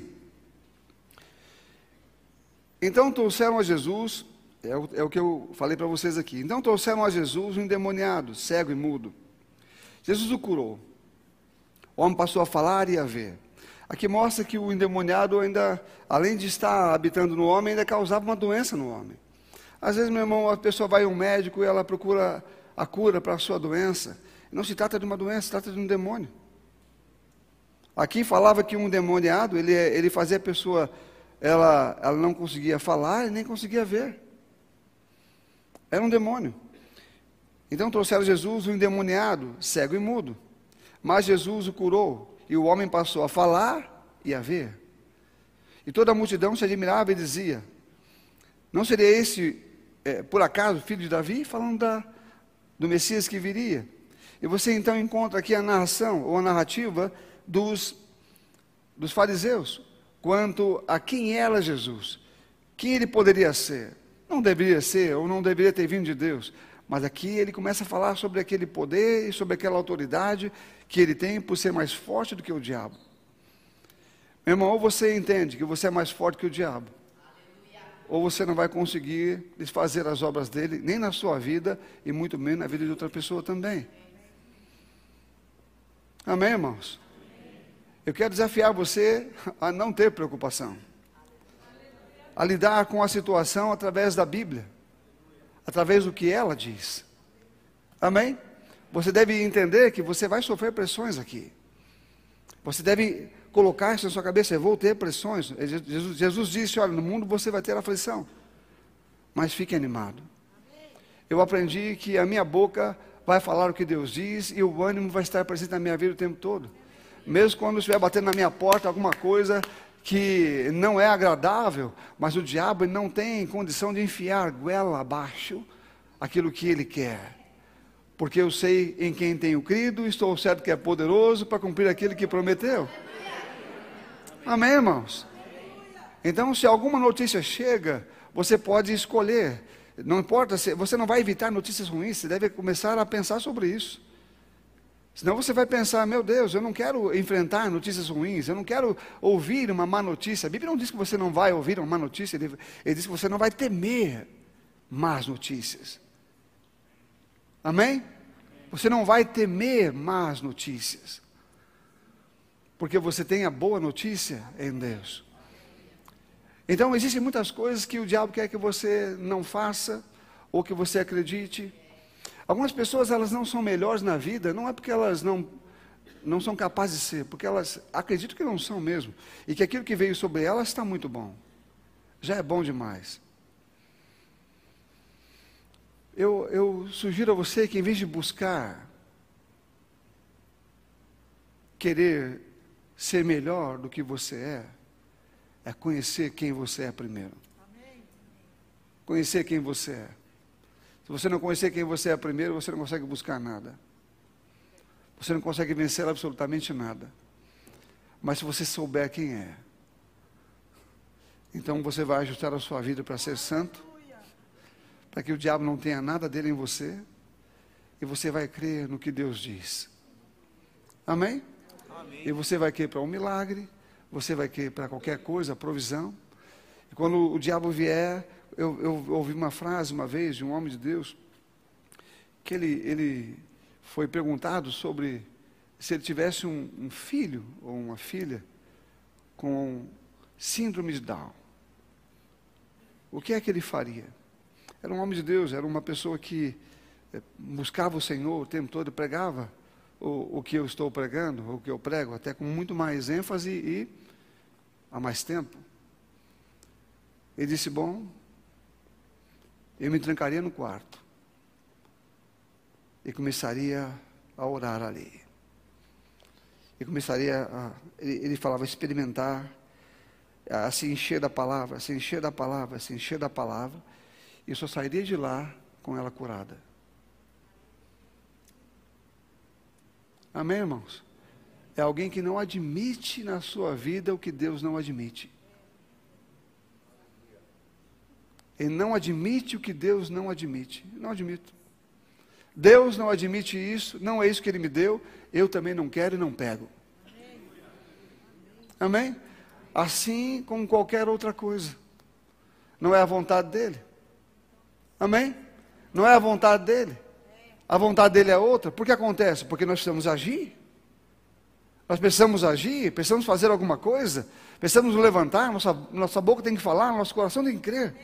então trouxeram a Jesus, é o, é o que eu falei para vocês aqui. Então trouxeram a Jesus um endemoniado, cego e mudo. Jesus o curou. O homem passou a falar e a ver. Aqui mostra que o endemoniado ainda, além de estar habitando no homem, ainda causava uma doença no homem. Às vezes, meu irmão, a pessoa vai a um médico e ela procura a cura para a sua doença. Não se trata de uma doença, se trata de um demônio. Aqui falava que um endemoniado, ele, ele fazia a pessoa, ela, ela não conseguia falar e nem conseguia ver. Era um demônio. Então trouxeram Jesus, um endemoniado, cego e mudo. Mas Jesus o curou, e o homem passou a falar e a ver. E toda a multidão se admirava e dizia, não seria esse, é, por acaso, filho de Davi? Falando da, do Messias que viria. E você então encontra aqui a narração, ou a narrativa, Dos, dos fariseus, quanto a quem era Jesus, quem ele poderia ser. Não deveria ser, ou não deveria ter vindo de Deus, mas aqui ele começa a falar sobre aquele poder e sobre aquela autoridade que ele tem por ser mais forte do que o diabo. Meu irmão, ou você entende que você é mais forte que o diabo, ou você não vai conseguir desfazer as obras dele, nem na sua vida, e muito menos na vida de outra pessoa também. Amém, irmãos? Eu quero desafiar você a não ter preocupação, a lidar com a situação através da Bíblia, através do que ela diz. Amém? Você deve entender que você vai sofrer pressões aqui. Você deve colocar isso na sua cabeça, eu vou ter pressões. Jesus, Jesus disse, olha, no mundo você vai ter aflição, mas fique animado. Eu aprendi que a minha boca vai falar o que Deus diz e o ânimo vai estar presente na minha vida o tempo todo. Mesmo quando estiver batendo na minha porta alguma coisa que não é agradável, mas o diabo não tem condição de enfiar goela abaixo aquilo que ele quer. Porque eu sei em quem tenho crido, estou certo que é poderoso para cumprir aquilo que prometeu. Amém, irmãos? Então, se alguma notícia chega, você pode escolher. Não importa, se você não vai evitar notícias ruins, você deve começar a pensar sobre isso. Senão você vai pensar, meu Deus, eu não quero enfrentar notícias ruins, eu não quero ouvir uma má notícia. A Bíblia não diz que você não vai ouvir uma má notícia, ele, ele diz que você não vai temer más notícias. Amém? Você não vai temer más notícias, porque você tem a boa notícia em Deus. Então existem muitas coisas que o diabo quer que você não faça, ou que você acredite. Algumas pessoas, elas não são melhores na vida, não é porque elas não, não são capazes de ser, porque elas acreditam que não são mesmo, e que aquilo que veio sobre elas está muito bom, já é bom demais. Eu, eu sugiro a você que em vez de buscar, querer ser melhor do que você é, é conhecer quem você é primeiro. Conhecer quem você é. Se você não conhecer quem você é primeiro, você não consegue buscar nada. Você não consegue vencer absolutamente nada. Mas se você souber quem é, então você vai ajustar a sua vida para ser santo, para que o diabo não tenha nada dele em você, e você vai crer no que Deus diz. Amém? Amém. E você vai crer para um milagre, você vai crer para qualquer coisa, provisão. E quando o diabo vier, eu, eu ouvi uma frase uma vez de um homem de Deus, que ele, ele foi perguntado sobre se ele tivesse um, um filho ou uma filha com síndrome de Down. o que é que ele faria? Era um homem de Deus, era uma pessoa que buscava o Senhor o tempo todo, pregava o, o que eu estou pregando, o que eu prego, até com muito mais ênfase e há mais tempo. Ele disse, bom, eu me trancaria no quarto e começaria a orar ali. E começaria a, ele, ele falava, experimentar, a se encher da palavra, se encher da palavra, se encher da palavra, e eu só sairia de lá com ela curada. Amém, irmãos? É alguém que não admite na sua vida o que Deus não admite. Ele não admite o que Deus não admite. Não admito. Deus não admite isso, não é isso que Ele me deu, eu também não quero e não pego. Amém? Assim como qualquer outra coisa. Não é a vontade dEle. Amém? Não é a vontade dEle. A vontade dEle é outra. Por que acontece? Porque nós precisamos agir. Nós precisamos agir, precisamos fazer alguma coisa, precisamos nos levantar, nossa, nossa boca tem que falar, nosso coração tem que crer.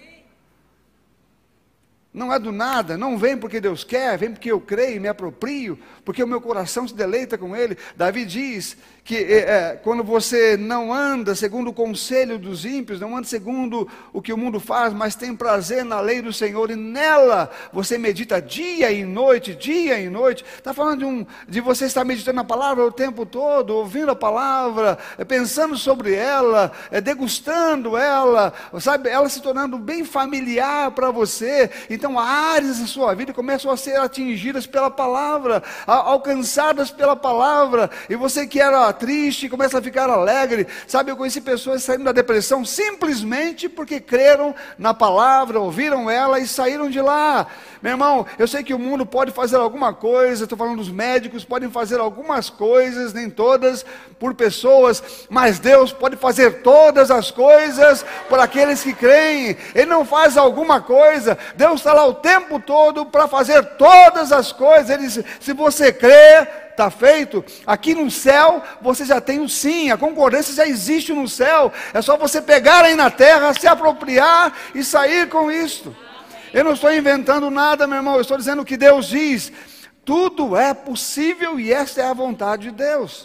Não é do nada, não vem porque Deus quer, vem porque eu creio, me aproprio, porque o meu coração se deleita com Ele. Davi diz que é, quando você não anda segundo o conselho dos ímpios, não anda segundo o que o mundo faz, mas tem prazer na lei do Senhor, e nela você medita dia e noite, dia e noite. Está falando de, um, de você estar meditando na palavra o tempo todo, ouvindo a palavra, é, pensando sobre ela, é, degustando ela, sabe, ela se tornando bem familiar para você. Então áreas da sua vida começam a ser atingidas pela palavra, a, alcançadas pela palavra, e você que era triste, começa a ficar alegre. Sabe, eu conheci pessoas saindo da depressão simplesmente porque creram na palavra, ouviram ela e saíram de lá. Meu irmão, eu sei que o mundo pode fazer alguma coisa, estou falando dos médicos, podem fazer algumas coisas, nem todas, por pessoas, mas Deus pode fazer todas as coisas por aqueles que creem. Ele não faz alguma coisa, Deus está lá o tempo todo para fazer todas as coisas. Ele diz, se você crer, está feito. Aqui no céu você já tem o sim, a concordância já existe no céu, é só você pegar aí na terra, se apropriar e sair com isto. Eu não estou inventando nada, meu irmão, eu estou dizendo o que Deus diz. Tudo é possível e esta é a vontade de Deus.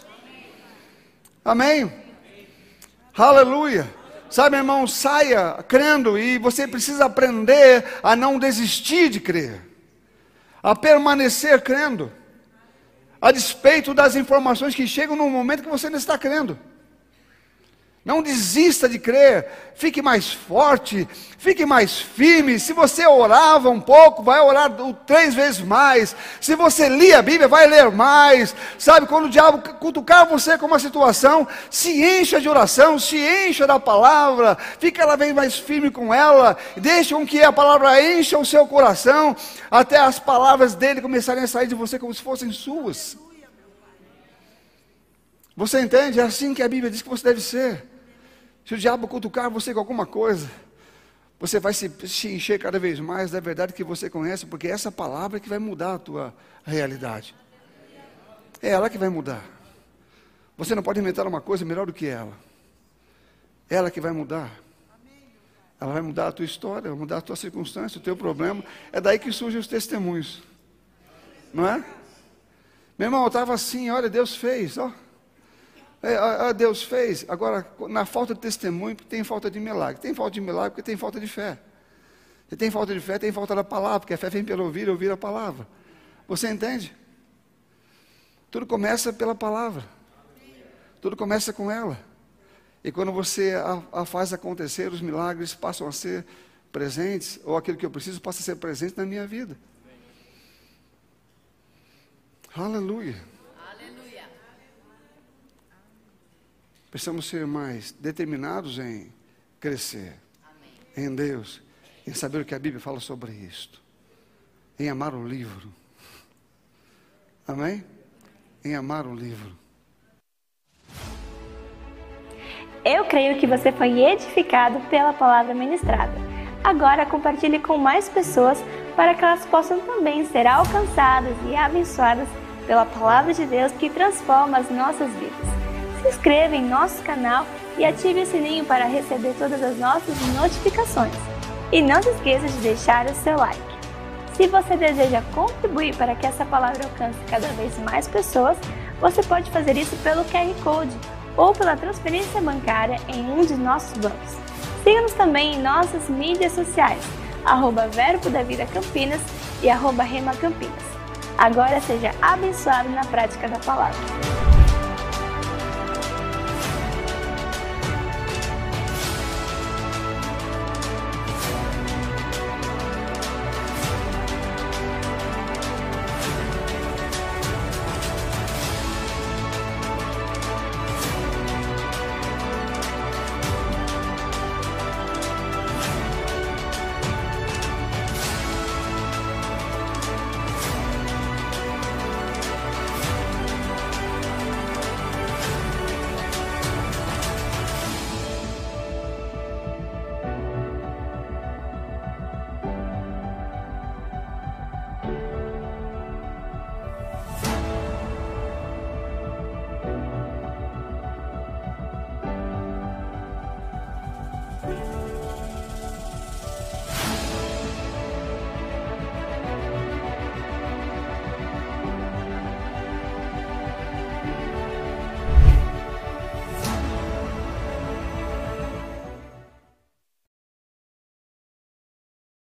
Amém? Aleluia. Sabe, meu irmão, saia crendo, e você precisa aprender a não desistir de crer, a permanecer crendo, a despeito das informações que chegam no momento que você não está crendo. Não desista de crer, fique mais forte, fique mais firme. Se você orava um pouco, vai orar três vezes mais. Se você lia a Bíblia, vai ler mais. Sabe, quando o diabo cutucar você com uma situação, se encha de oração, se encha da palavra, fica cada vez mais firme com ela, deixa com que a palavra encha o seu coração, até as palavras dele começarem a sair de você como se fossem suas. Você entende? É assim que a Bíblia diz que você deve ser. Se o diabo cutucar você com alguma coisa, você vai se, se encher cada vez mais da verdade que você conhece, porque é essa palavra que vai mudar a tua realidade. É ela que vai mudar. Você não pode inventar uma coisa melhor do que ela. É ela que vai mudar. Ela vai mudar a tua história, vai mudar a tua circunstância, o teu problema. É daí que surgem os testemunhos. Não é? Meu irmão, eu estava assim, olha, Deus fez, ó. É, Deus fez. Agora, na falta de testemunho, tem falta de milagre. Tem falta de milagre porque tem falta de fé. Se tem falta de fé, tem falta da palavra, porque a fé vem pelo ouvir, ouvir a palavra. Você entende? Tudo começa pela palavra. Tudo começa com ela. E quando você a, a faz acontecer, os milagres passam a ser presentes, ou aquilo que eu preciso passa a ser presente na minha vida. Aleluia. Precisamos ser mais determinados em crescer. Amém. Em Deus, em saber o que a Bíblia fala sobre isto, em amar o livro. Amém? Em amar o livro. Eu creio que você foi edificado pela palavra ministrada. Agora compartilhe com mais pessoas para que elas possam também ser alcançadas e abençoadas pela palavra de Deus que transforma as nossas vidas. Se inscreva em nosso canal e ative o sininho para receber todas as nossas notificações. E não se esqueça de deixar o seu like. Se você deseja contribuir para que essa palavra alcance cada vez mais pessoas, você pode fazer isso pelo Q R Code ou pela transferência bancária em um de nossos bancos. Siga-nos também em nossas mídias sociais, arroba Verbo da Vida Campinas e arroba Rema Campinas. Agora seja abençoado na prática da palavra.